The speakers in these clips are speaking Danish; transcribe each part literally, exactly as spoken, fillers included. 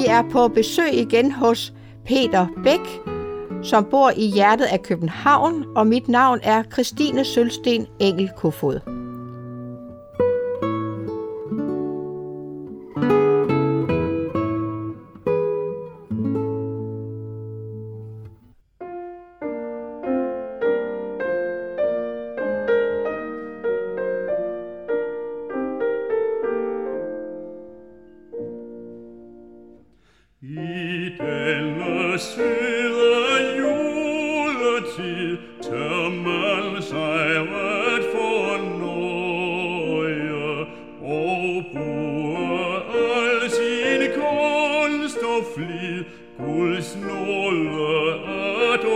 Vi er på besøg igen hos Peter Bech, som bor i hjertet af København, og mit navn er Christine Sølsten Engel Kofod. I denne søde juletid tør man sig ret fornøje og bruge al sin kunst og flid Guds nåde at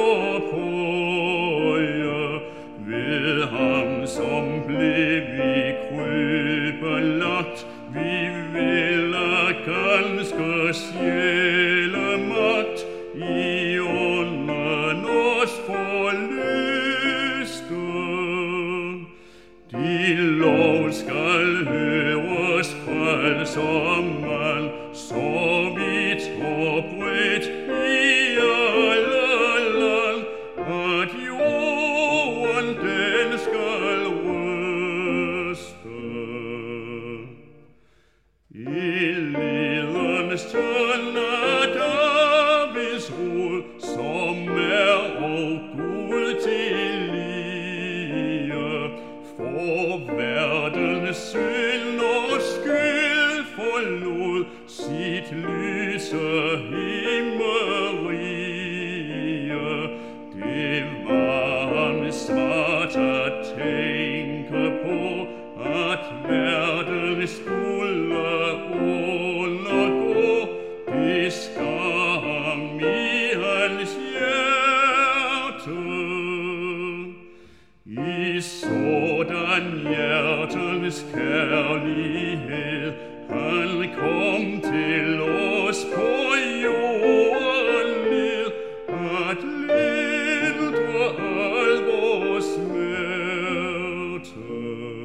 ophøje ved ham, som blev i krybelagt. Vi vil ganske sjælemagt i ånden os forlyste. De lov skal høres frelsermand, så vidt opredt i alle land, at jorden den skal ryste. I lidens tønde Davids rod, som er og Gud til lige, for verdens synd og skyld forlod sit lyse himmerige. Det var ham smart at tænke på, at verden skulle undergå. Det skar ham i hans hjerte. I sådan hjertens kærlighed han kom til os på jorden ned, at lindre al vores smerte.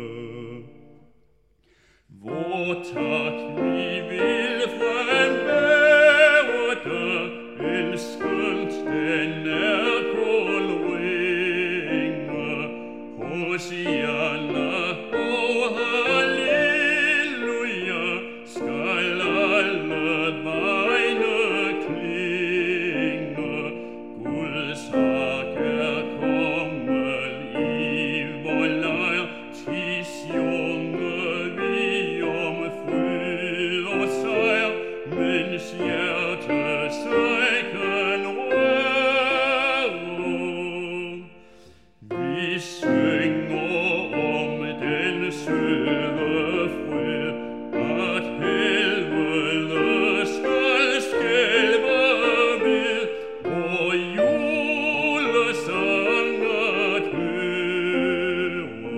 Hvor tak vi vil fremhæve dig, elskens den er kun ringe. Hosianna og halleluja skal alle vegne klinge. Guds ark er kommet i vor lejr, tis junge vi om fryd og sejr, mens hjertet sig kan røre. Vi synger om den søde fryd, at helvede skal skælve ved, hvor julesang at høre.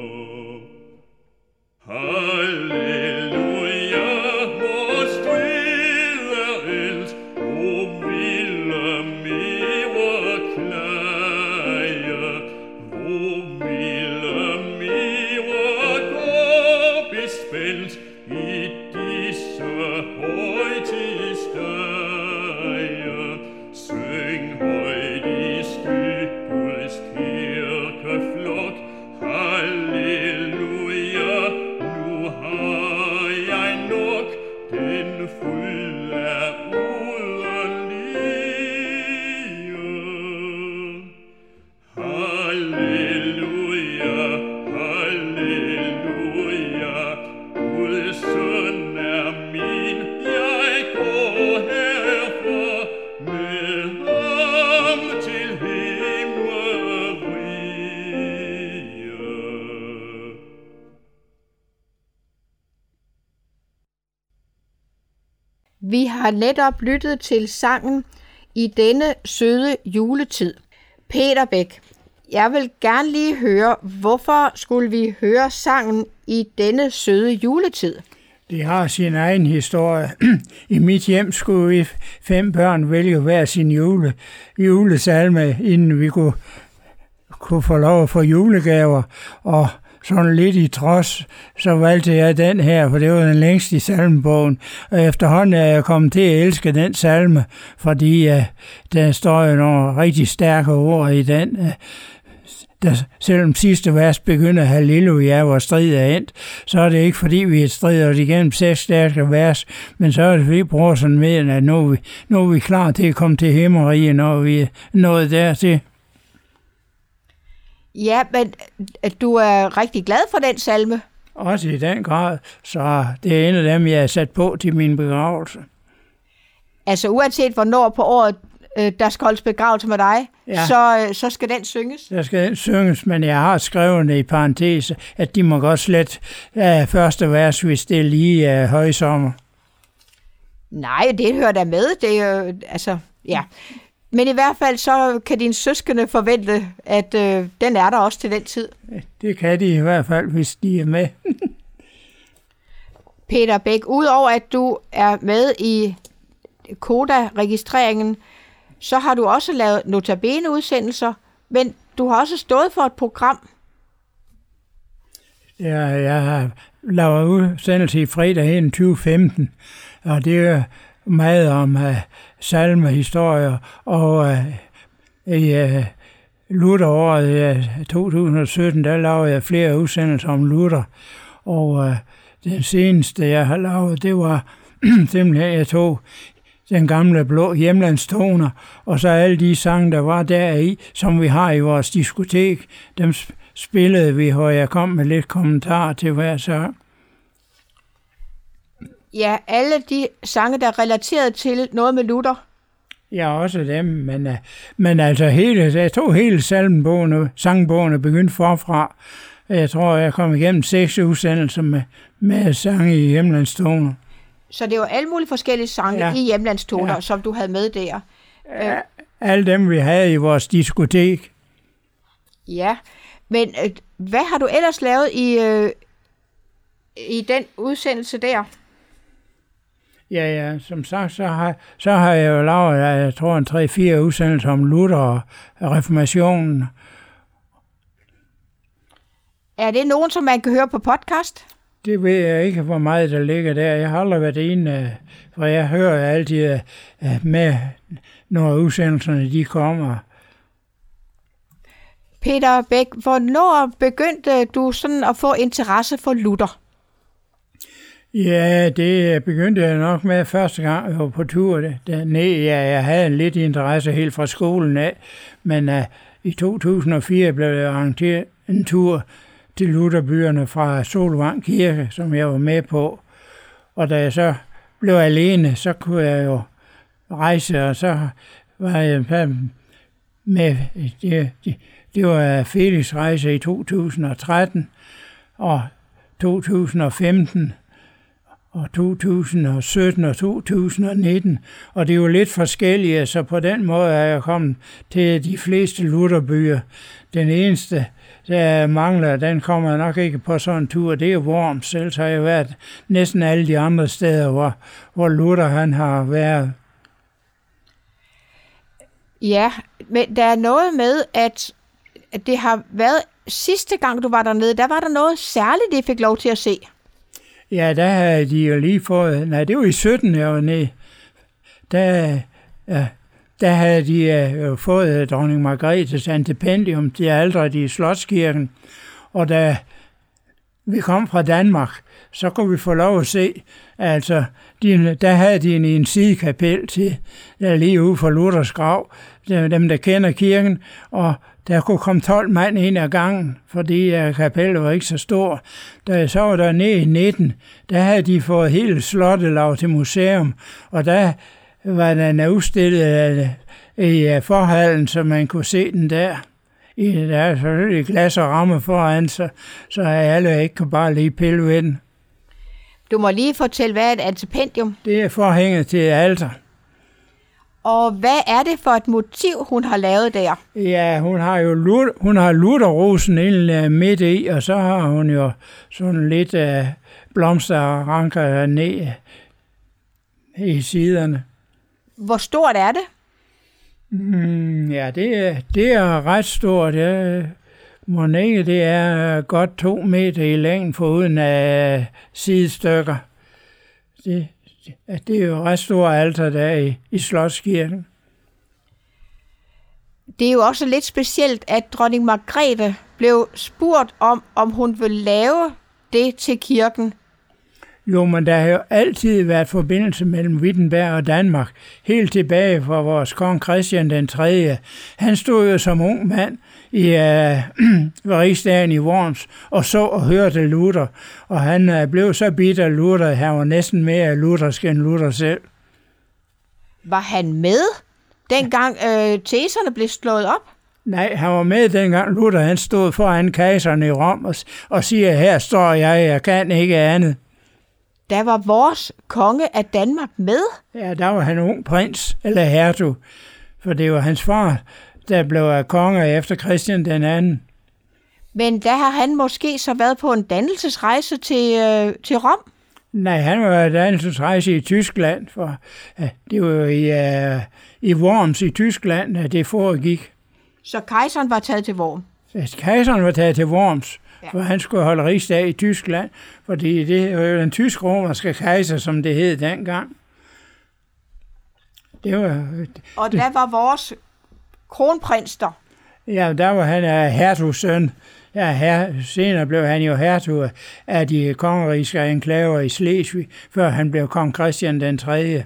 Halleluja, vor strid er endt, og ville mere klage, hvor ville mere gå bespændt i disse højtidsdage. Syng højt i sky Guds kirkeflok, halleluja, nu har jeg nok, den fryd er uden lige. Halleluja, halleluja, Guds søn er min, jeg går herfra med ham til himmerige. Vi har netop lyttet til sangen I denne søde juletid. Peter Bech, jeg vil gerne lige høre, hvorfor skulle vi høre sangen I denne søde juletid? Det har sin egen historie. I mit hjem skulle vi fem børn vælge hver sin jule, julesalme, inden vi kunne, kunne få lov at få julegaver. Og sådan lidt i trods, så valgte jeg den her, for det var den længste i salmebogen. Og efterhånden er jeg kommet til at elske den salme, fordi uh, der står jo nogle rigtig stærke ord i den. Uh, der, selvom sidste vers begynder halleluja, hvor strid er endt, så er det ikke fordi, vi strider igennem seks stærke vers, men så er det fordi, vi bruger sådan med, at nu er, vi, nu er vi klar til at komme til himmeriget, når vi er nået dertil. Ja, men du er rigtig glad for den salme? Også i den grad, så det er en af dem, jeg har sat på til min begravelse. Altså uanset hvornår på året, der skal holdes begravelse med dig, ja. så, så skal den synges? Der skal den synges, men jeg har skrevet i parentes, at de må godt slet uh, første vers, hvis det er lige uh, højsommer. Nej, det hører der med. Det er jo, altså, ja. Men i hvert fald så kan dine søskende forvente, at øh, den er der også til den tid. Det kan de i hvert fald, hvis de er med. Peter Bech, udover at du er med i Koda-registreringen, så har du også lavet notabene-udsendelser, men du har også stået for et program. Ja, jeg har lavet udsendelse i fredag enogtyve femten, og det er meget om uh, salmehistorier, og uh, i uh, Luther-året uh, to tusind og sytten, der lavede jeg flere udsendelser om Luther, og uh, den seneste, jeg har lavet, det var simpelthen, jeg tog den gamle blå hjemlandstoner, og så alle de sange, der var deri, som vi har i vores diskotek, dem spillede vi, hvor jeg kom med lidt kommentar til hver sang. Ja, alle de sange, der er relateret til noget med Luther. Ja, også dem, men, men altså hele, jeg tog hele salmebogen, sangbogen og begyndte forfra. Jeg tror, jeg kom igennem seks udsendelser med, med sange i hjemlandstoner. Så det var alle mulige forskellige sange ja. i hjemlandstoner, ja. som du havde med der. Ja, alle dem, vi havde i vores diskotek. Ja, men øh, hvad har du ellers lavet i, øh, i den udsendelse der? Ja, ja, som sagt, så har, så har jeg jo lavet, jeg tror, en tre-fire udsendelser om Luther og reformationen. Er det nogen, som man kan høre på podcast? Det ved jeg ikke, hvor meget der ligger der. Jeg har aldrig været inde, for jeg hører altid med, når udsendelserne de kommer. Peter Bech, hvornår begyndte du sådan at få interesse for Luther? Ja, det begyndte jeg nok med første gang, jeg var på tur dernede. Ja, jeg havde en lidt interesse helt fra skolen af, men uh, i to tusind og fire blev jeg arrangeret en tur til Lutherbyerne fra Solvang Kirke, som jeg var med på. Og da jeg så blev alene, så kunne jeg jo rejse, og så var jeg med, det, det, det var Felix rejse i to tusind og tretten og to tusind og femten og to tusind og sytten og to tusind og nitten, og det er jo lidt forskellige, så på den måde er jeg kommet til de fleste Lutherbyer. Den eneste, der mangler, den kommer nok ikke på sådan en tur, det er Worms. Selv har jeg været næsten alle de andre steder, hvor, hvor Luther han har været. Ja, men der er noget med, at det har været sidste gang, du var dernede, der var der noget særligt, de fik lov til at se. Ja, der havde de jo lige fået, nej, det var i sytten, jeg var nede. Der, ja, der havde de jo fået dronning Margrethes antipendium til alderet i Slotskirken. Og da vi kom fra Danmark, så kunne vi få lov at se, altså, de, der havde de en, en sidekapel til, der lige ude for Luthers grav, dem der kender kirken, og der kunne komme tolv mand ind ad gangen, fordi kapellet var ikke så stor. Da jeg så var der nede i nitten, der havde de fået hele slottet lavet til museum, og der var den udstillet i forhallen, så man kunne se den der. Der er selvfølgelig glas og ramme foran, så, så alle ikke kan bare lige pille ved den. Du må lige fortælle, hvad er et antipendium? Det er forhænget til alter. Og hvad er det for et motiv, hun har lavet der? Ja, hun har jo Luther, hun har Lutherrosen ind midt i, og så har hun jo sådan lidt uh, blomster og ranker ned i siderne. Hvor stort er det? Mm, ja, det er, det er ret stort. Ja. Mon ikke, det er godt to meter i længden foruden af sidestykker. Det, det, det er jo ret store alter der i, i Slotskirken. Det er jo også lidt specielt, at dronning Margrethe blev spurgt om, om hun ville lave det til kirken. Jo, men der har jo altid været forbindelse mellem Wittenberg og Danmark. Helt tilbage fra vores kong Christian den tredje. Han stod jo som ung mand i øh, rigsdagen i Worms og så og hørte Luther. Og han øh, blev så bitter af Luther, han var næsten mere luthersk end Luther selv. Var han med, dengang øh, teserne blev slået op? Nej, han var med dengang Luther han stod foran kejseren i Rom og, og siger, her står jeg, jeg kan ikke andet. Der var vores konge af Danmark med? Ja, der var han ung prins, eller hertug, for det var hans far, der blev konge efter Christian den anden. Men der har han måske så været på en dannelsesrejse til, øh, til Rom? Nej, han var en dannelsesrejse i Tyskland, for uh, det var jo i, uh, i Worms i Tyskland, at det foregik. Så kejseren var taget til Worms? Kejseren var taget til Worms. Ja. For han skulle holde rigsdag i Tyskland, fordi det var jo den tysk-romerske kejser, som det hed dengang. Det var, og der var vores kronprins der? Ja, der var han uh, hertugs søn. Ja, her, senere blev han jo hertug af de kongeriske enklaver i Slesvig, før han blev kong Christian den tredje.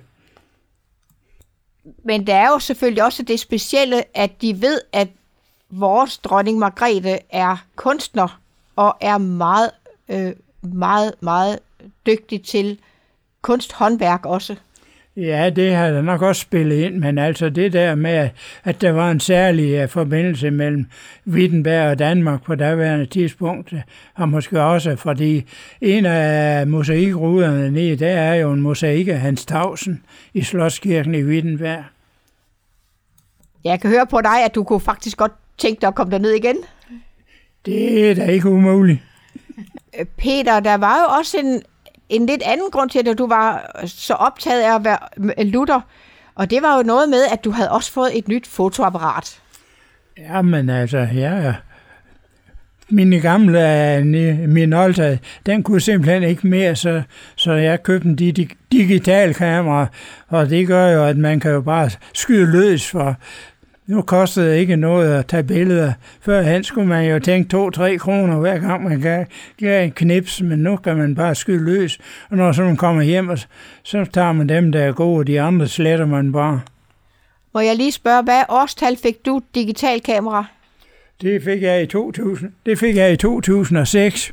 Men der er jo selvfølgelig også det specielle, at de ved, at vores dronning Margrethe er kunstner, og er meget, øh, meget, meget dygtig til kunsthåndværk også. Ja, det har der nok også spillet ind, men altså det der med, at der var en særlig forbindelse mellem Wittenberg og Danmark på daværende tidspunkt, og måske også, fordi en af mosaikruderne nede, der er jo en mosaik af Hans Tausen i Slotskirken i Wittenberg. Jeg kan høre på dig, at du kunne faktisk godt tænke dig at komme derned igen. Det er da ikke umuligt. Peter, der var jo også en, en lidt anden grund til, at du var så optaget af at være Luther, og det var jo noget med, at du havde også fået et nyt fotoapparat. Ja, men altså, ja, mine gamle Minolta, den kunne simpelthen ikke mere, så, så jeg købte en digital kamera, og det gør jo, at man kan jo bare skyde løs, for nu kostede det ikke noget at tage billeder. Førhen skulle man jo tænke to-tre kroner hver gang man kan give en knips, men nu kan man bare skyde løs. Og når så man kommer hjem, så tager man dem, der er gode, og de andre sletter man bare. Må jeg lige spørge, hvad årstal fik du digital kamera? Det fik jeg i to tusind. Det fik jeg i to tusind og seks.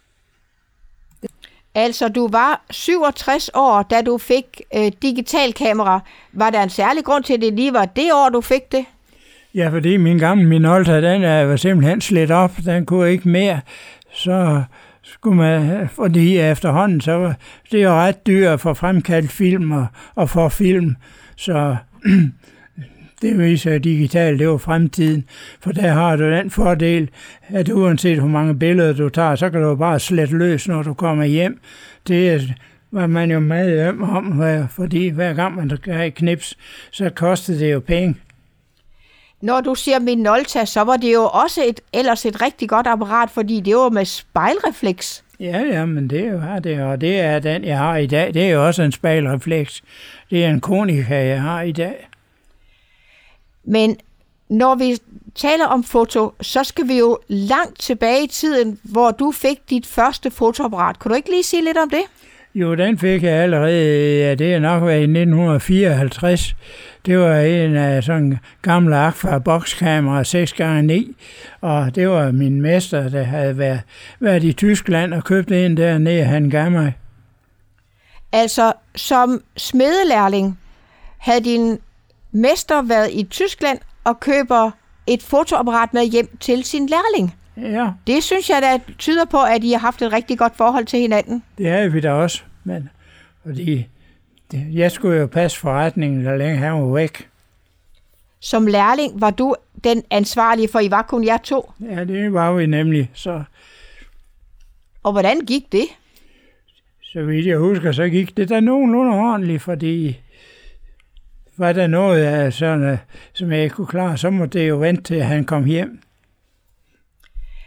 Altså, du var syvogtres år, da du fik øh, digital kamera. Var der en særlig grund til, at det lige var det år, du fik det? Ja, fordi min gamle Minolta, den var simpelthen slidt op. Den kunne ikke mere. Så skulle man, fordi efterhånden, så var det jo ret dyrt at få fremkaldt film og, og få film. Så det viser digitalt, det var fremtiden. For der har du den fordel, at uanset hvor mange billeder du tager, så kan du bare slette løs, når du kommer hjem. Det var man jo meget øm om, fordi hver gang man kan have knips, så kostede det jo penge. Når du siger Minolta, så var det jo også et, ellers et rigtig godt apparat, fordi det var med spejlrefleks. Ja, ja, men det er jo det, og det er den, jeg har i dag. Det er jo også en spejlrefleks. Det er en Konica, jeg har i dag. Men når vi taler om foto, så skal vi jo langt tilbage i tiden, hvor du fik dit første fotoapparat. Kan du ikke lige sige lidt om det? Jo, den fik jeg allerede, ja, det er nok været i nitten fireoghalvtreds. Det var en af sådan gamle Agfa bokskamera seks gange ni, og det var min mester, der havde været, været i Tyskland og købt en dernede, han gav mig. Altså, som smedelærling havde din mester været i Tyskland og køber et fotoapparat med hjem til sin lærling. Ja. Det synes jeg, der tyder på, at I har haft et rigtig godt forhold til hinanden. Det havde vi da også, men fordi det, jeg skulle jo passe forretningen, så længe han var væk. Som lærling var du den ansvarlige, for I var kun jer to? Ja, det var vi nemlig. Så. Og hvordan gik det? Så vidt jeg husker, så gik det da nogenlunde ordentligt, fordi var der noget af sådan, som jeg ikke kunne klare, så måtte det jo vente til, at han kom hjem.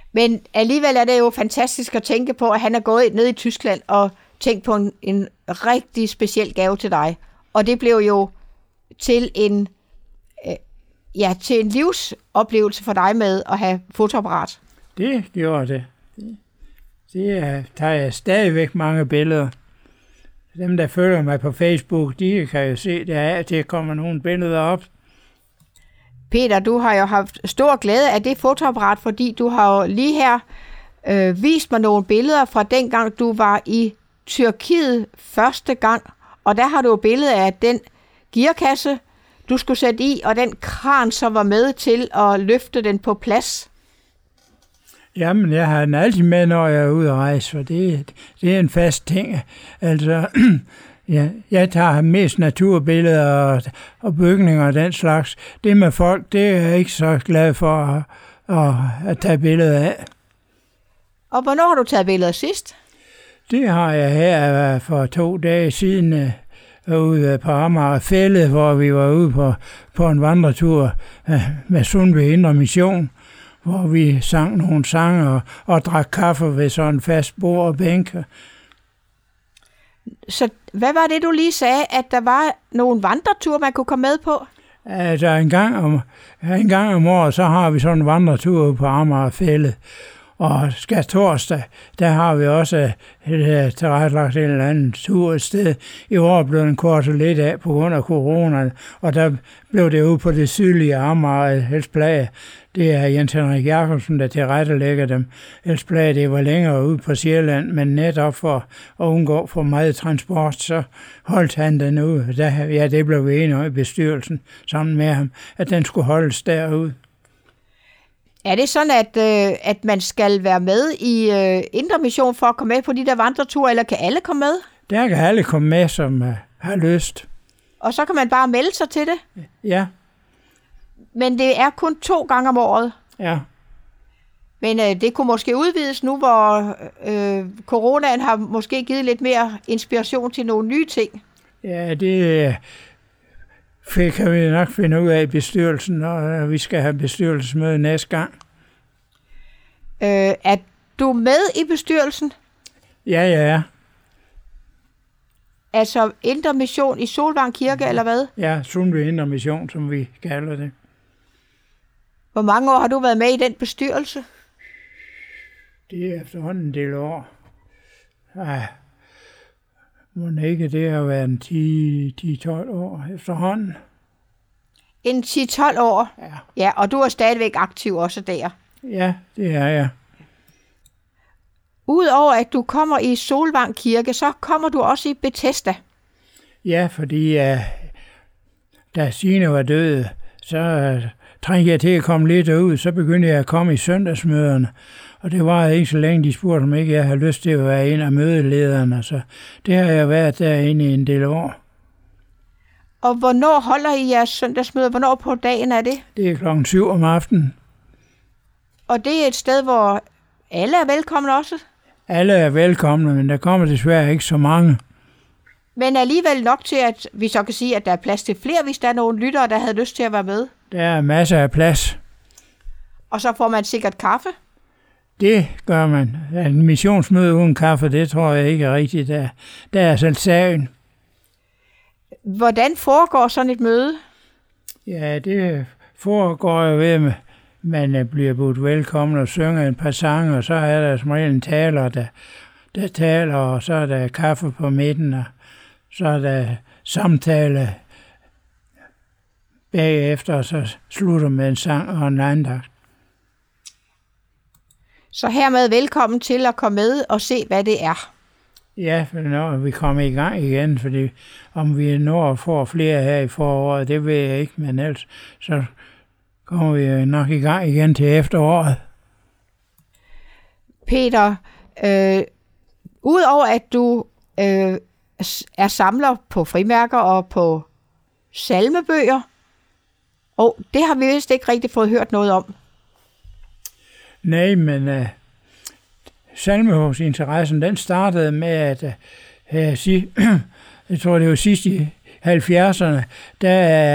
Men alligevel er det jo fantastisk at tænke på, at han er gået ned i Tyskland og tænkt på en, en rigtig speciel gave til dig. Og det blev jo til en, øh, ja, til en livsoplevelse for dig med at have fotoapparat. Det gjorde det. Det, det er, tager jeg stadigvæk mange billeder. Dem, der følger mig på Facebook, de kan jo se, der er, at der kommer nogle billeder op. Peter, du har jo haft stor glæde af det fotoapparat, fordi du har jo lige her øh, vist mig nogle billeder fra dengang, du var i Tyrkiet første gang. Og der har du et billede af den gearkasse, du skulle sætte i, og den kran, som var med til at løfte den på plads. Jamen, jeg har den altid med, når jeg er ude at rejse, for det, det er en fast ting. Altså, ja, jeg tager mest naturbilleder og, og bygninger og den slags. Det med folk, det er jeg ikke så glad for at, at, at tage billeder af. Og hvornår har du taget billeder sidst? Det har jeg her for to dage siden ude på Amager Fælled, hvor vi var ude på, på en vandretur med Sundby Indre Mission, hvor vi sang nogle sange og, og drak kaffe ved sådan en fast bord og bænke. Så hvad var det, du lige sagde, at der var nogle vandreture, man kunne komme med på? Altså en gang om, en gang om året, så har vi sådan en vandretur på Amager Fælled. Og skal torsdag, der har vi også et, tilrettelagt en eller anden tur et sted. I år blev den kortet lidt af på grund af corona, og der blev det ude på det sydlige Amager, Helsplage. Det er Jens Henrik Jacobsen, der tilrettelægger dem. Helsplage, det var længere ude på Sjælland, men netop for at undgå for meget transport, så holdt han den ude. Der, ja, det blev vi enige om i bestyrelsen sammen med ham, at den skulle holdes derude. Er det sådan, at, øh, at man skal være med i øh, Indre Mission for at komme med på de der vandreture, eller kan alle komme med? Der kan alle komme med, som uh, har lyst. Og så kan man bare melde sig til det? Ja. Men det er kun to gange om året? Ja. Men øh, det kunne måske udvides nu, hvor øh, coronaen har måske givet lidt mere inspiration til nogle nye ting. Ja, det øh, kan vi nok finde ud af i bestyrelsen, når vi skal have bestyrelsesmøde næste gang. Øh, er du med i bestyrelsen? Ja, ja, ja. Altså Indre Mission i Solvang Kirke, eller hvad? Ja, Sundby Indre Mission, som vi kalder det. Hvor mange år har du været med i den bestyrelse? Det er efterhånden en del år. Ej, må ikke det har været en ti til tolv år efterhånden. En ti til tolv år? Ja. Ja, og du er stadigvæk aktiv også der? Ja, det er jeg. Udover at du kommer i Solvang Kirke, så kommer du også i Bethesda. Ja, fordi uh, da Signe var død, så uh, trængte jeg til at komme lidt ud. Så begyndte jeg at komme i søndagsmøderne. Og det var ikke så længe, de spurgte, om ikke jeg havde lyst til at være en af mødelederne. Så det har jeg været derinde i en del år. Og hvornår holder I jeres søndagsmøde? Hvornår på dagen er det? Det er klokken syv om aftenen. Og det er et sted, hvor alle er velkomne også? Alle er velkomne, men der kommer desværre ikke så mange. Men alligevel nok til, at vi så kan sige, at der er plads til flere, hvis der er nogle lyttere, der havde lyst til at være med. Der er masser af plads. Og så får man sikkert kaffe? Det gør man. En missionsmøde uden kaffe, det tror jeg ikke er rigtigt. Der, der er selv sagen. Hvordan foregår sådan et møde? Ja, det foregår jo ved, at man bliver budt velkommen og synger en par sange, og så er der som regel en taler, der, der taler, og så er der kaffe på midten, og så er der samtale bagefter, og så slutter med en sang og en andagt. Så hermed velkommen til at komme med og se, hvad det er. Ja, for når vi kommer i gang igen, fordi om vi når at få flere her i foråret, det ved jeg ikke, men ellers så kommer vi nok i gang igen til efteråret. Peter, øh, udover at du øh, er samler på frimærker og på salmebøger, og det har vi vist ikke rigtig fået hørt noget om. Nej, men uh, salmehåbsinteressen, den startede med, at uh, jeg, sig, jeg tror, det var sidst i halvfjerdserne, der,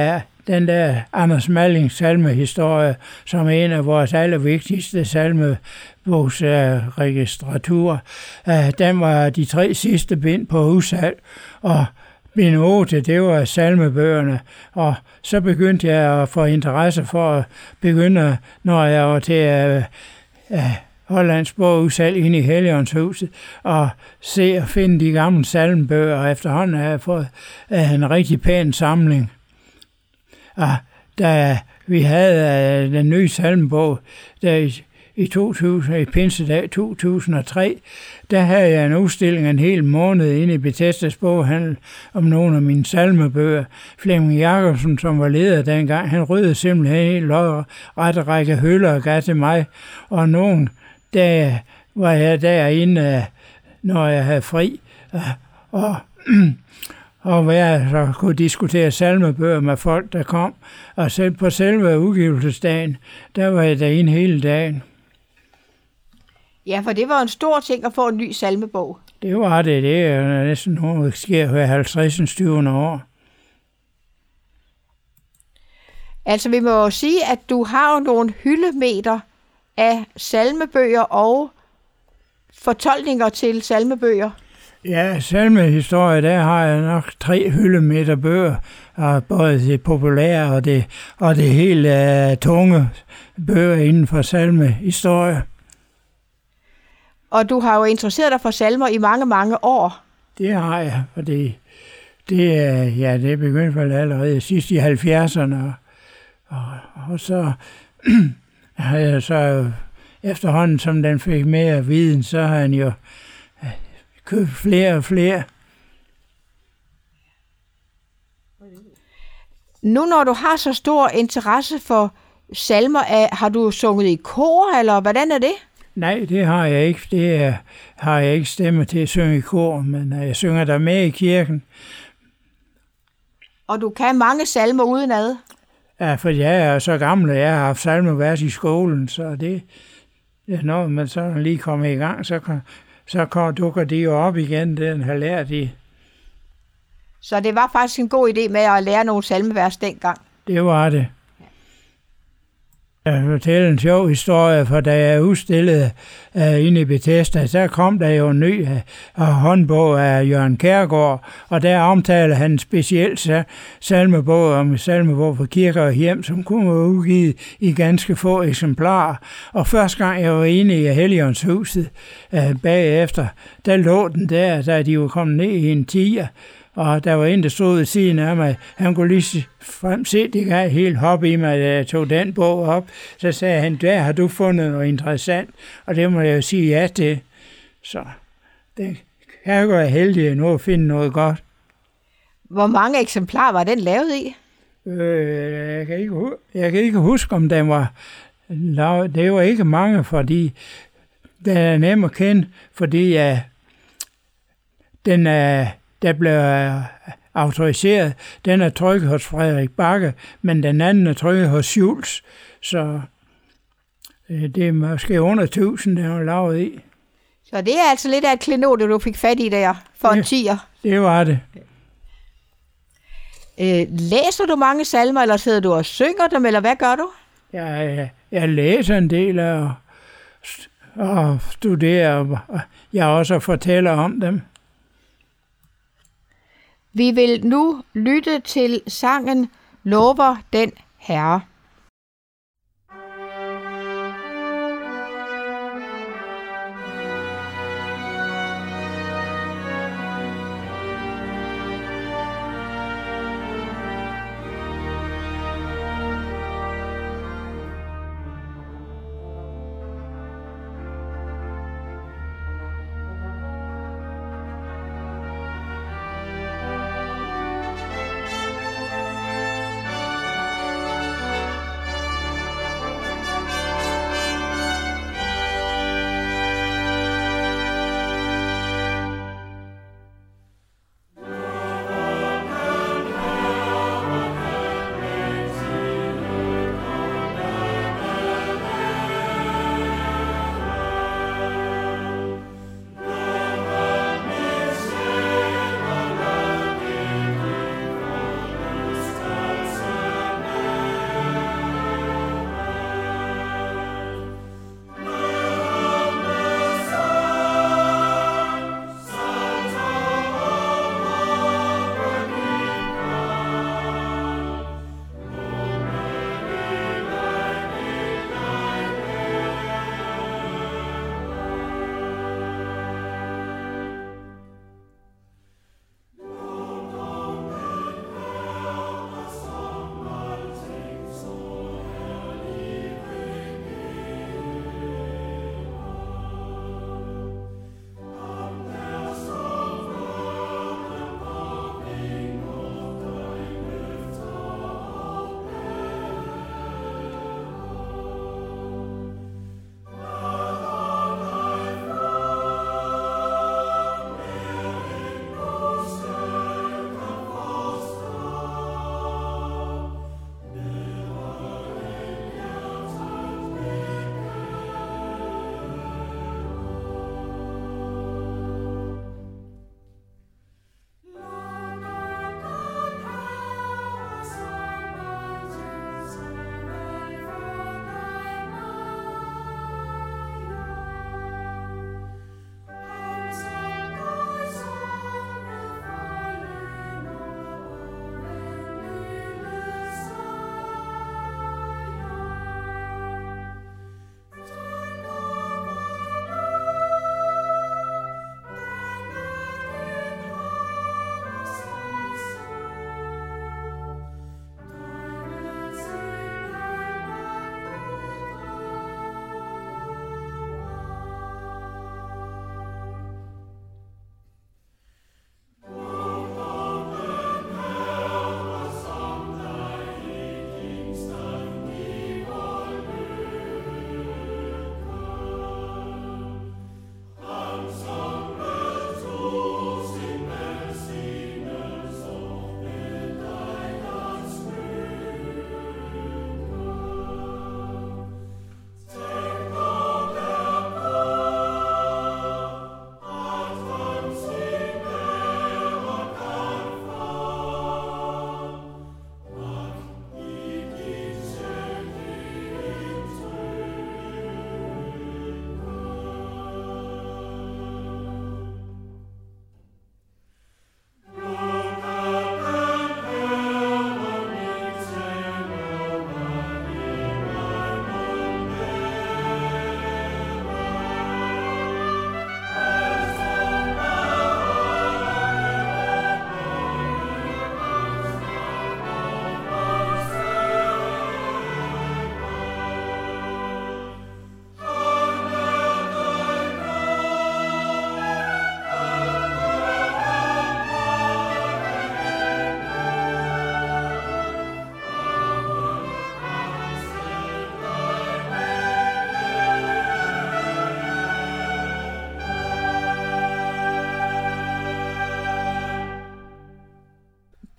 den der Anders Mallings salmehistorie, som er en af vores allervigtigste salmebogsregistraturer. Uh, den var de tre sidste bind på udsalg, og bind otte, det var salmebøgerne, og så begyndte jeg at få interesse for at begynde, når jeg var til uh, uh, Hollands bogudsalg inde i Helligåndshuset, og se og finde de gamle salmebøger, og efterhånden har jeg fået uh, en rigtig pæn samling. Og da vi havde uh, den nye salmebog, der i, i to tusind, i Pinsedag to tusind og tre, der havde jeg en udstilling en hel måned inde i Bethesdas boghandel om nogle af mine salmebøger. Flemming Jacobsen, som var leder dengang, han ryddede simpelthen en helt rette række hylder og gav til mig, og nogen der var jeg derinde, når jeg havde fri, og, og hvor jeg så kunne diskutere salmebøger med folk, der kom. Og selv på selve udgivelsesdagen, der var jeg derinde hele dagen. Ja, for det var en stor ting at få en ny salmebog. Det var det. Det er næsten noget, der sker hver halvtreds tyve år. Altså, vi må jo sige, at du har jo nogle hyldemeter af salmebøger og fortolkninger til salmebøger. Ja, salmehistorie, der har jeg nok tre hyldemeter bøger, og både det populære og det, og det helt uh, tunge bøger inden for salmehistorie. Og du har jo interesseret dig for salmer i mange, mange år. Det har jeg, fordi det, ja, det begyndte vel allerede sidst i halvfjerdserne, og, og, og så har jeg så efterhånden, som den fik mere viden, så har han jo købt flere og flere. Nu når du har så stor interesse for salmer, har du sunget i kor, eller hvordan er det? Nej, det har jeg ikke. Det er, har jeg ikke stemme til at synge i kor, men jeg synger der med i kirken. Og du kan mange salmer udenad? Ja, for jeg er så gammel, at jeg har haft salmevers i skolen, så det er noget, man så lige kommer i gang, så, kan, så kan, dukker de jo op igen, den har lært i. Så det var faktisk en god idé med at lære nogle salmevers dengang? Det var det. Jeg fortæller en sjov historie, for da jeg udstillede uh, inde i Bethesda, så kom der jo en ny uh, håndbog af Jørgen Kjærgaard, og der omtaler han en speciel salmebog om salmebog for kirker og hjem, som kunne være udgivet i ganske få eksemplarer. Og første gang jeg var inde i Helligåndshuset uh, bagefter, der lå den der, da de var kommet ned i en tiger, og der var en, der stod ved siden af mig. Han kunne lige frem se, det gav helt hop i mig, da jeg tog den bog op. Så sagde han, der har du fundet noget interessant, og det må jeg jo sige ja til. Så det kan jo være heldig nu at finde noget godt. Hvor mange eksemplarer var den lavet i? Øh, jeg, kan ikke, jeg kan ikke huske, om den var lavet. Det var ikke mange, fordi den er nem at kende, fordi ja, den er... der blev autoriseret. Den er trykket hos Frederik Bakke, men den anden er trykket hos Schultz. Så det er måske under tusind, den var lavet i. Så det er altså lidt af et klenod, du fik fat i der for det, en tier. Det var det. Øh, læser du mange salmer, eller sidder du og synger dem, eller hvad gør du? Jeg, jeg, jeg læser en del og, og studerer, og jeg også fortæller om dem. Vi vil nu lytte til sangen Lover den Herre.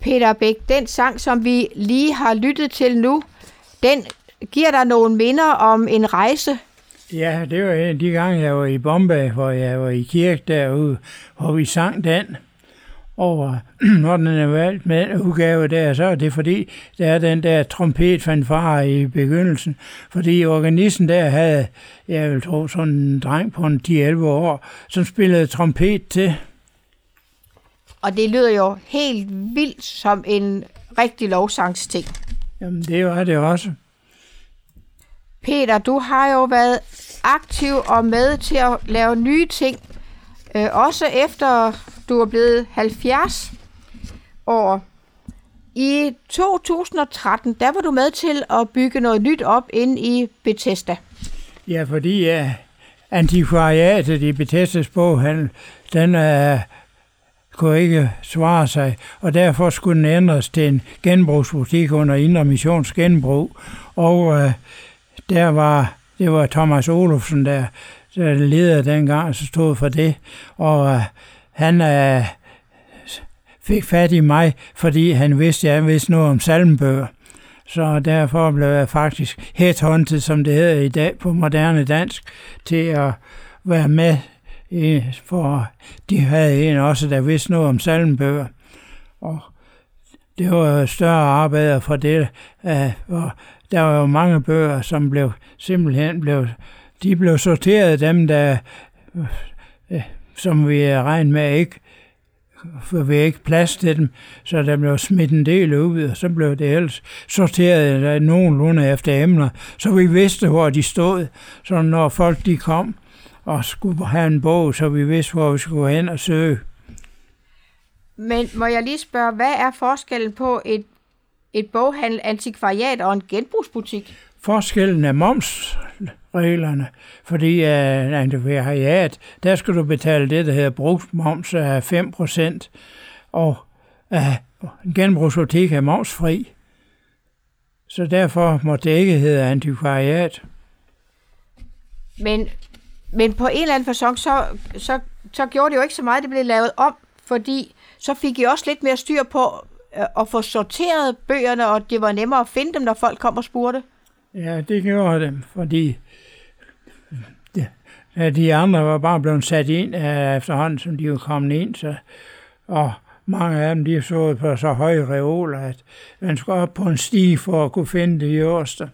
Peter Bech, den sang, som vi lige har lyttet til nu, den giver dig nogle minder om en rejse? Ja, det var en af de gange, jeg var i Bombay, hvor jeg var i kirke derude, hvor vi sang den. Og når den er valgt med den udgave der, så er det fordi, der er den der trompetfanfare i begyndelsen. Fordi organisten der havde, jeg vil tro, sådan en dreng på en ti til elleve år, som spillede trompet til. Og det lyder jo helt vildt som en rigtig lovsangsting. Jamen, det var det også. Peter, du har jo været aktiv og med til at lave nye ting. Øh, også efter du er blevet halvfjerds år. I to tusind og tretten, der var du med til at bygge noget nyt op inde i Bethesda. Ja, fordi ja, antikvariatet i Bethesdas boghandel, den uh, kunne ikke svare sig, og derfor skulle den ændres til en genbrugsbutik under Indre Missions genbrug. Og uh, der var, det var Thomas Olufsen, der, der leder dengang, så stod for det, og uh, han uh, fik fat i mig, fordi han vidste, at jeg vidste noget om salmebøger. Så derfor blev jeg faktisk headhunted, som det hedder i dag på moderne dansk, til at være med, i, for de havde en også, der vidste noget om salmebøger. Og det var større arbejde for det, og der var jo mange bøger, som blev simpelthen blev, de blev sorteret, dem der, som vi regnede med ikke, for vi ikke plads til dem, så der blev smidt en del ud, og så blev det ellers sorteret nogenlunde efter emner, så vi vidste, hvor de stod, så når folk de kom og skulle have en bog, så vi vidste, hvor vi skulle hen og søge. Men må jeg lige spørge, hvad er forskellen på et, et boghandel, antikvariat og en genbrugsbutik? Forskellen er momsreglerne, fordi uh, antikvariat, der skal du betale det, der hedder brugsmoms af fem procent, og uh, en genbrugsbutik er momsfri. Så derfor må det ikke hedde antikvariat. Men, men på en eller anden facon, så, så, så gjorde det jo ikke så meget, det blev lavet om, fordi så fik I også lidt mere styr på uh, at få sorteret bøgerne, og det var nemmere at finde dem, når folk kom og spurgte. Ja, det gjorde dem, fordi de, de andre var bare blevet sat ind uh, efterhånden, som de var kommet ind, så, og mange af dem, de så på så høje reoler, at man skulle op på en stige for at kunne finde det øverste.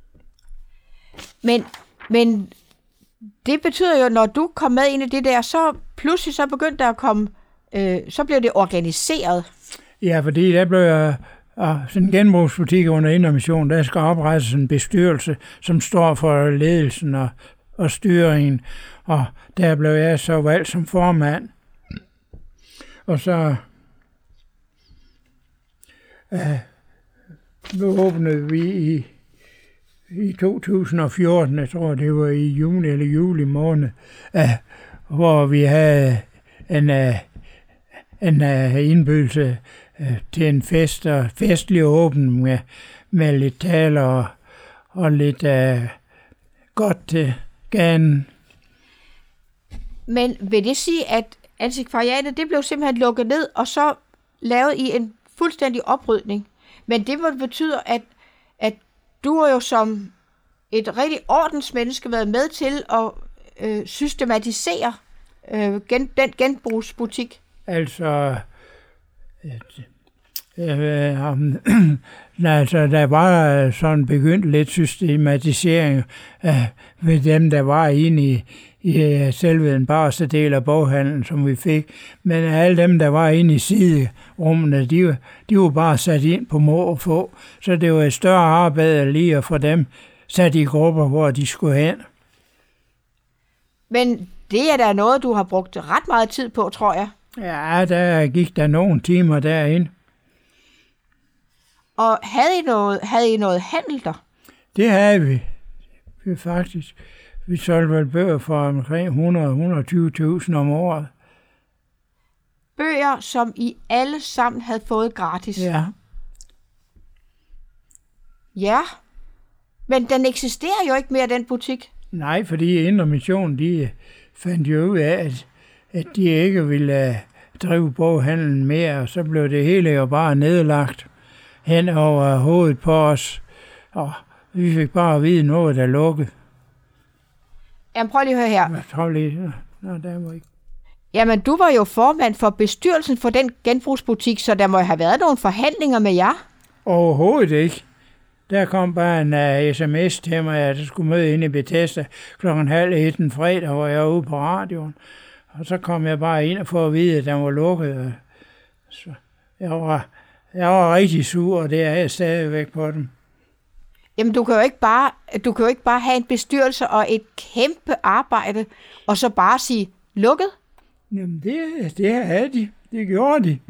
Men, men det betyder jo, når du kom med ind i det der, så pludselig så begyndte der at komme, øh, så blev det organiseret. Ja, fordi der blev jeg, og sådan en genbrugsbutik under Indre Mission, der skal oprettes en bestyrelse, som står for ledelsen og, og styringen, og der blev jeg så valgt som formand. Og så øh, nu åbnede vi i, i to tusind og fjorten, jeg tror det var i juni eller juli måned, øh, hvor vi havde en, øh, en øh, indbydelse øh, til en fest, og festlig åben med, med lidt taler og, og lidt øh, godt til ganen. Men vil det sige, at antikvariatet, det blev simpelthen lukket ned, og så lavet i en fuldstændig oprydning? Men det må betyde, at, at du har jo som et rigtig ordensmenneske været med til at øh, systematisere øh, gen, den genbrugsbutik. Altså, øh, øh, um, altså, der var sådan begyndt lidt systematisering øh, ved dem, der var inde i, i selve den barste del af boghandlen, som vi fik. Men alle dem, der var inde i siderummene, de, de var bare sat ind på må og få. Så det var et større arbejde lige at få dem sat i grupper, hvor de skulle hen. Men det er da noget, du har brugt ret meget tid på, tror jeg. Ja, der gik der nogle timer derinde. Og havde I noget, havde I noget handel der? Det havde vi. Vi faktisk. Vi solgte vel bøger for omkring hundrede til hundrede og tyve tusind om året. Bøger, som I alle sammen havde fået gratis? Ja. Ja, men den eksisterer jo ikke mere, den butik. Nej, fordi Indre Mission, de fandt jo ud af, at, at de ikke ville drive boghandlen mere, og så blev det hele jo bare nedlagt hen over hovedet på os, og vi fik bare at vide noget, der lukkede. Jamen, prøv lige at høre her. Jeg tror lige, nå, der var ikke. Jamen, du var jo formand for bestyrelsen for den genbrugsbutik, så der må have været nogle forhandlinger med jer. Overhovedet ikke. Der kom bare en uh, sms til mig, at jeg skulle møde ind i Bethesda klokken halv et en fredag, hvor jeg var ude på radioen. Og så kom jeg bare ind og få at vide, at den var lukket. Så jeg var, jeg var rigtig sur, og det er jeg stadigvæk på dem. Jamen, du kan jo ikke bare, du kan jo ikke bare have en bestyrelse og et kæmpe arbejde, og så bare sige, lukket? Jamen, det, det er de. Det gjorde de.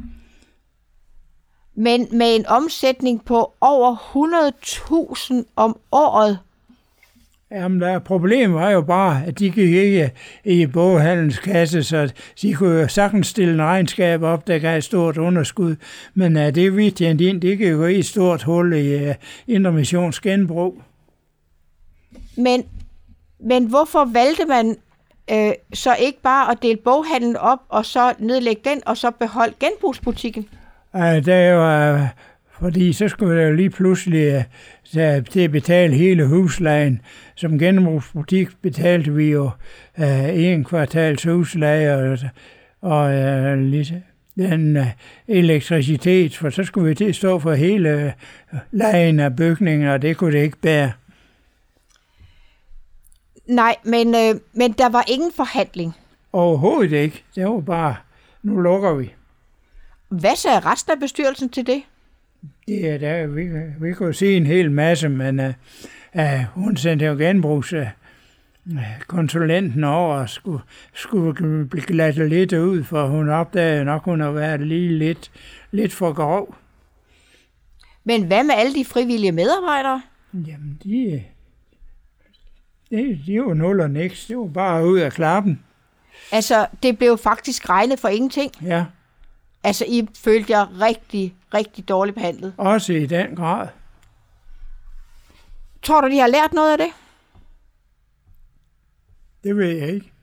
Men med en omsætning på over hundrede tusind om året. Jamen, der problemet var jo bare, at de gik ikke i boghandlens kasse, så de kunne jo sagtens stille en regnskab op, der gav et stort underskud. Men uh, det vi tjente ind, det gik jo i et stort hul i uh, Indre Missions genbrug. Men, men hvorfor valgte man øh, så ikke bare at dele boghandlen op, og så nedlægge den, og så beholde genbrugsbutikken? Uh, det var, fordi så skulle jeg jo lige pludselig uh, til at betale hele huslejen. Som genbrugsbutik betalte vi jo uh, en kvartals husleje og, og uh, lidt, den uh, elektricitet, for så skulle vi til at stå for hele uh, lejen af bygningen, og det kunne det ikke bære. Nej, men, øh, men der var ingen forhandling. Overhovedet ikke. Det var bare, nu lukker vi. Hvad sagde resten af bestyrelsen til det? Det er der, vi, vi kunne se en hel masse, men uh, uh, hun sendte jo genbrugs uh, konsulenten over og skulle, skulle blive glattet lidt ud, for hun opdagede nok, hun har været lige lidt, lidt for grov. Men hvad med alle de frivillige medarbejdere? Jamen, de, de, de var nul og niks. Det var bare ud af klappen. Altså, det blev faktisk regnet for ingenting. Ja. Altså, I følte jer rigtig, rigtig dårligt behandlet. Også i den grad. Tror du, de har lært noget af det? Det ved jeg ikke.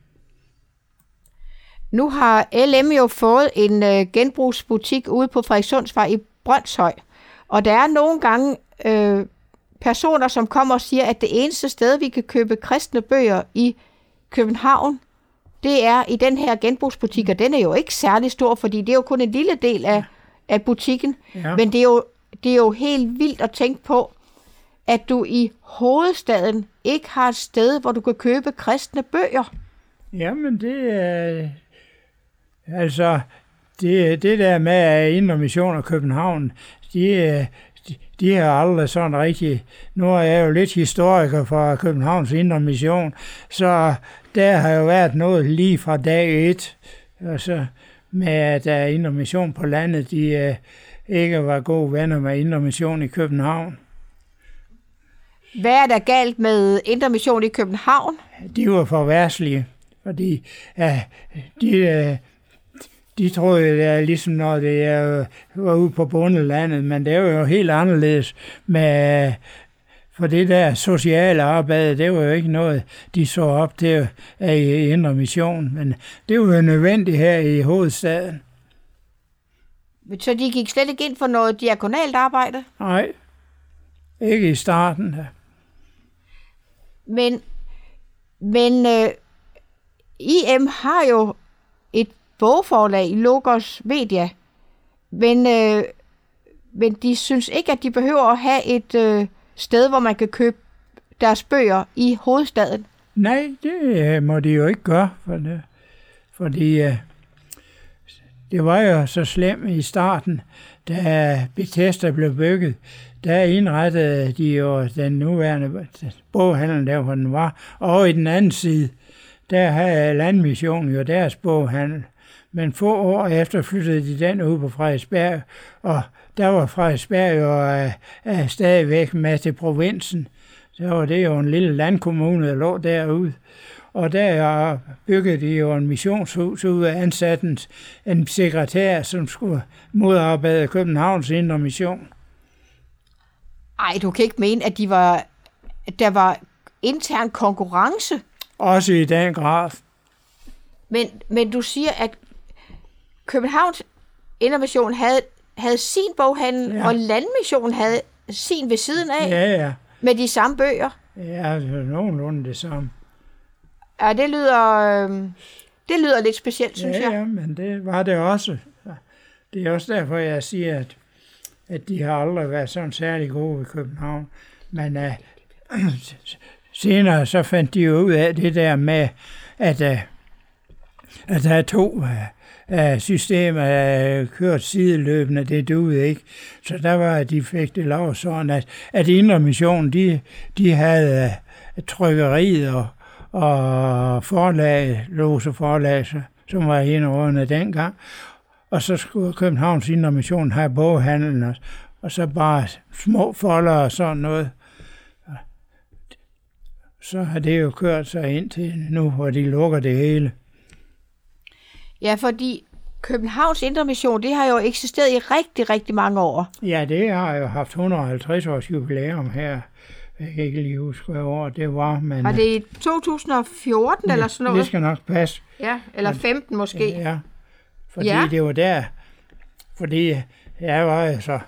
Nu har L M jo fået en øh, genbrugsbutik ude på Frederikssundsvej i Brønshøj. Og der er nogle gange øh, personer, som kommer og siger, at det eneste sted, vi kan købe kristne bøger i København, det er i den her genbrugsbutik, og den er jo ikke særlig stor, fordi det er jo kun en lille del af, af butikken. Ja. Men det er, jo, det er jo helt vildt at tænke på, at du i hovedstaden ikke har et sted, hvor du kan købe kristne bøger. Jamen, det er... Altså, det, det der med Indre Mission og København, de, de, de har aldrig sådan rigtig... Nu er jeg jo lidt historiker fra Københavns Indre Mission, så der har jo været noget lige fra dag et, altså med at uh, Indre Mission på landet, de uh, ikke var gode venner med Indre Mission i København. Hvad er der galt med Indre Mission i København? De var for værslige, fordi uh, de... Uh, De troede, det er ligesom når det er, var ude på bundelandet, men det er jo helt anderledes med, for det der sociale arbejde, det var jo ikke noget, de så op til i Indre Mission, men det var jo nødvendigt her i hovedstaden. Så de gik slet ikke ind for noget diakonalt arbejde? Nej, ikke i starten. Men, men øh, I M har jo et bogforlag i Logos Media, men, øh, men de synes ikke, at de behøver at have et øh, sted, hvor man kan købe deres bøger i hovedstaden. Nej, det må de jo ikke gøre, for det, fordi øh, det var jo så slemt i starten, da Bethesda blev bygget. Der indrettede de jo den nuværende boghandel, der hvor den var, og i den anden side, der havde Landmissionen jo deres boghandel. Men få år efter flyttede de den ud på Frederiksberg, og der var Frederiksberg jo uh, uh, stadigvæk med til provinsen. Så var det jo en lille landkommune, der lå derude. Og der byggede de jo en missionshus ud af ansatten en sekretær, som skulle modarbejde Københavns Indre Mission. Ej, du kan ikke mene, at de var, at der var intern konkurrence? Også i den grad. Men, men du siger, at Københavns Indremission havde, havde sin boghandel, ja. Og Landmission havde sin ved siden af, Ja, ja. med de samme bøger. Ja, det er nogenlunde det samme. Ja, det lyder, øh, det lyder lidt specielt, synes ja, jeg. Ja, men det var det også. Det er også derfor, jeg siger, at, at de har aldrig været sådan særlig gode i København. Men uh, senere så fandt de jo ud af det der med, at, uh, at der er to uh, systemer uh, kørt sideløbende, det duede ikke. Så der var, at de fik det lov sådan, at, at Indre Mission, de, de havde uh, trykkeriet og, og forlag, Lose Forlag, som var indordnet dengang. Og så skulle Københavns Indre Mission have boghandlen, og, og så bare små folder og sådan noget. Så har det jo kørt sig ind til nu, hvor de lukker det hele. Ja, fordi Københavns Indre Mission, det har jo eksisteret i rigtig, rigtig mange år. Ja, det har jo haft et hundrede og halvtreds års jubilæum her. Jeg kan ikke lige huske, hvad år det var. Men var det i to tusind og fjorten ja, eller sådan noget? Det skal nok passe. Ja, eller femten måske. Ja, fordi ja. det var der. Fordi jeg var jo så,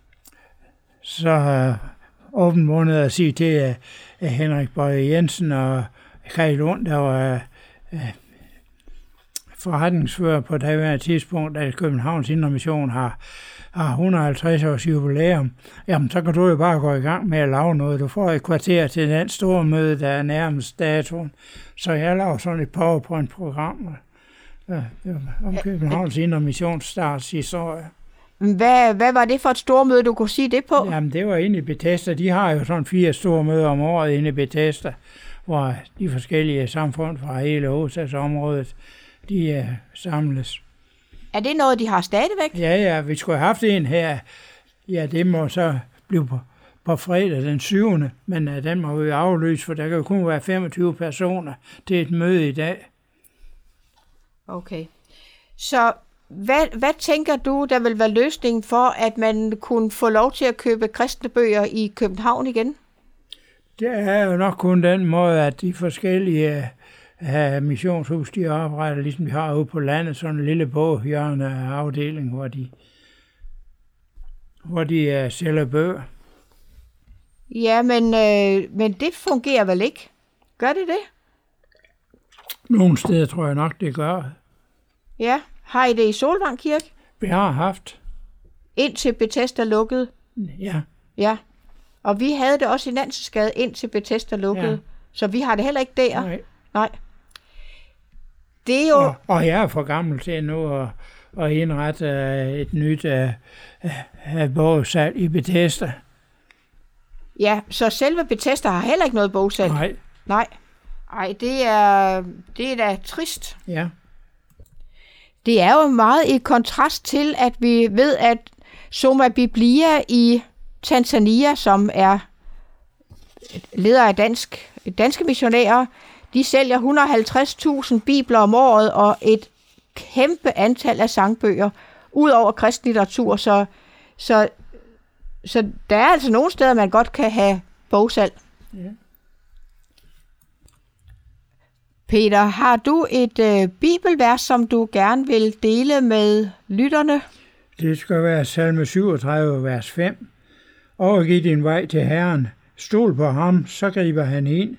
så åben måned at sige til uh, Henrik Bøje Jensen og Kaj Lund, der var uh, forretningsfører på det her tidspunkt, at Københavns Indre Mission har, har et hundrede og halvtreds års jubilæum. Jamen, så kan du jo bare gå i gang med at lave noget. Du får et kvarter til den store møde, der er nærmest datoen. Så jeg lavede sådan et PowerPoint-program ja, om Københavns Indre Missions starts historie. Hvad, hvad var det for et stormøde, du kunne sige det på? Jamen, det var inde i Bethesda. De har jo sådan fire store møder om året inde i Bethesda, hvor de forskellige samfund fra hele Åsagsområdet, de uh, samles. Er det noget, de har stadigvæk? Ja, ja, vi skulle have haft en her. Ja, det må så blive på, på fredag den syvende, men uh, den må vi aflyse, for der kan jo kun være femogtyve personer til et møde i dag. Okay. Så hvad, hvad tænker du, der vil være løsningen for, at man kunne få lov til at købe kristne bøger i København igen? Det er jo nok kun den måde, at de forskellige uh, missionshus, de arbejder, ligesom vi har ude på landet, sådan en lille boghjørne afdeling, hvor de, hvor de uh, sælger bøger. Ja, men, øh, men det fungerer vel ikke? Gør det det? Nogle steder tror jeg nok, det gør. Ja. Har I det i Solvang Kirke? Vi har haft. Indtil Bethesda lukkede? Ja. Ja. Og vi havde det også i Nansensgade, indtil Bethesda lukkede. Ja. Så vi har det heller ikke der. Nej. Nej. Det er jo... Og, og jeg er for gammel til nu at, at indrette uh, et nyt uh, uh, bogsalg i Bethesda. Ja, så selve Bethesda har heller ikke noget bogsalg? Nej. Nej. Ej, det er, det er da trist. Ja. Det er jo meget i kontrast til, at vi ved, at Soma Biblia i Tanzania, som er leder af dansk, danske missionærer, de sælger et hundrede og halvtreds tusind bibler om året og et kæmpe antal af sangbøger, ud over kristen litteratur. Så, så, så der er altså nogle steder, man godt kan have bogsalg. Ja. Peter, har du et øh, bibelvers, som du gerne vil dele med lytterne? Det skal være salme syvogtredive, vers fem. Overgiv din vej til Herren. Stol på ham, så griber han ind.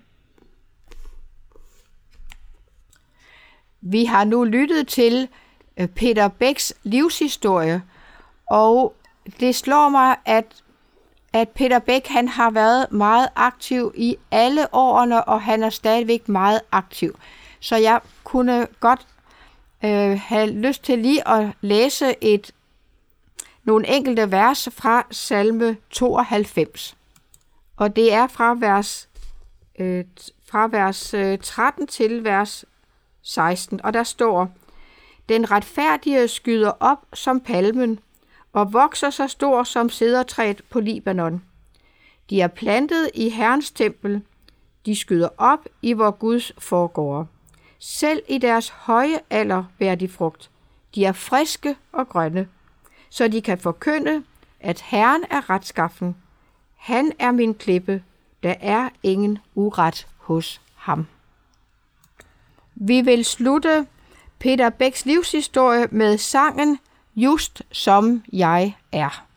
Vi har nu lyttet til øh, Peter Bæks livshistorie, og det slår mig, at, at Peter Bæk han har været meget aktiv i alle årene, og han er stadigvæk meget aktiv. Så jeg kunne godt øh, have lyst til lige at læse et nogle enkelte vers fra salme tooghalvfems. Og det er fra vers, øh, fra vers øh, tretten til vers seksten, og der står: Den retfærdige skyder op som palmen, og vokser så stor som cedertræet på Libanon. De er plantet i Herrens tempel, de skyder op i vor Guds forgårde. Selv i deres høje alder bærer de frugt. De er friske og grønne, så de kan forkynde, at Herren er retskaffen. Han er min klippe, der er ingen uret hos ham. Vi vil slutte Peter Bechs livshistorie med sangen Just som jeg er.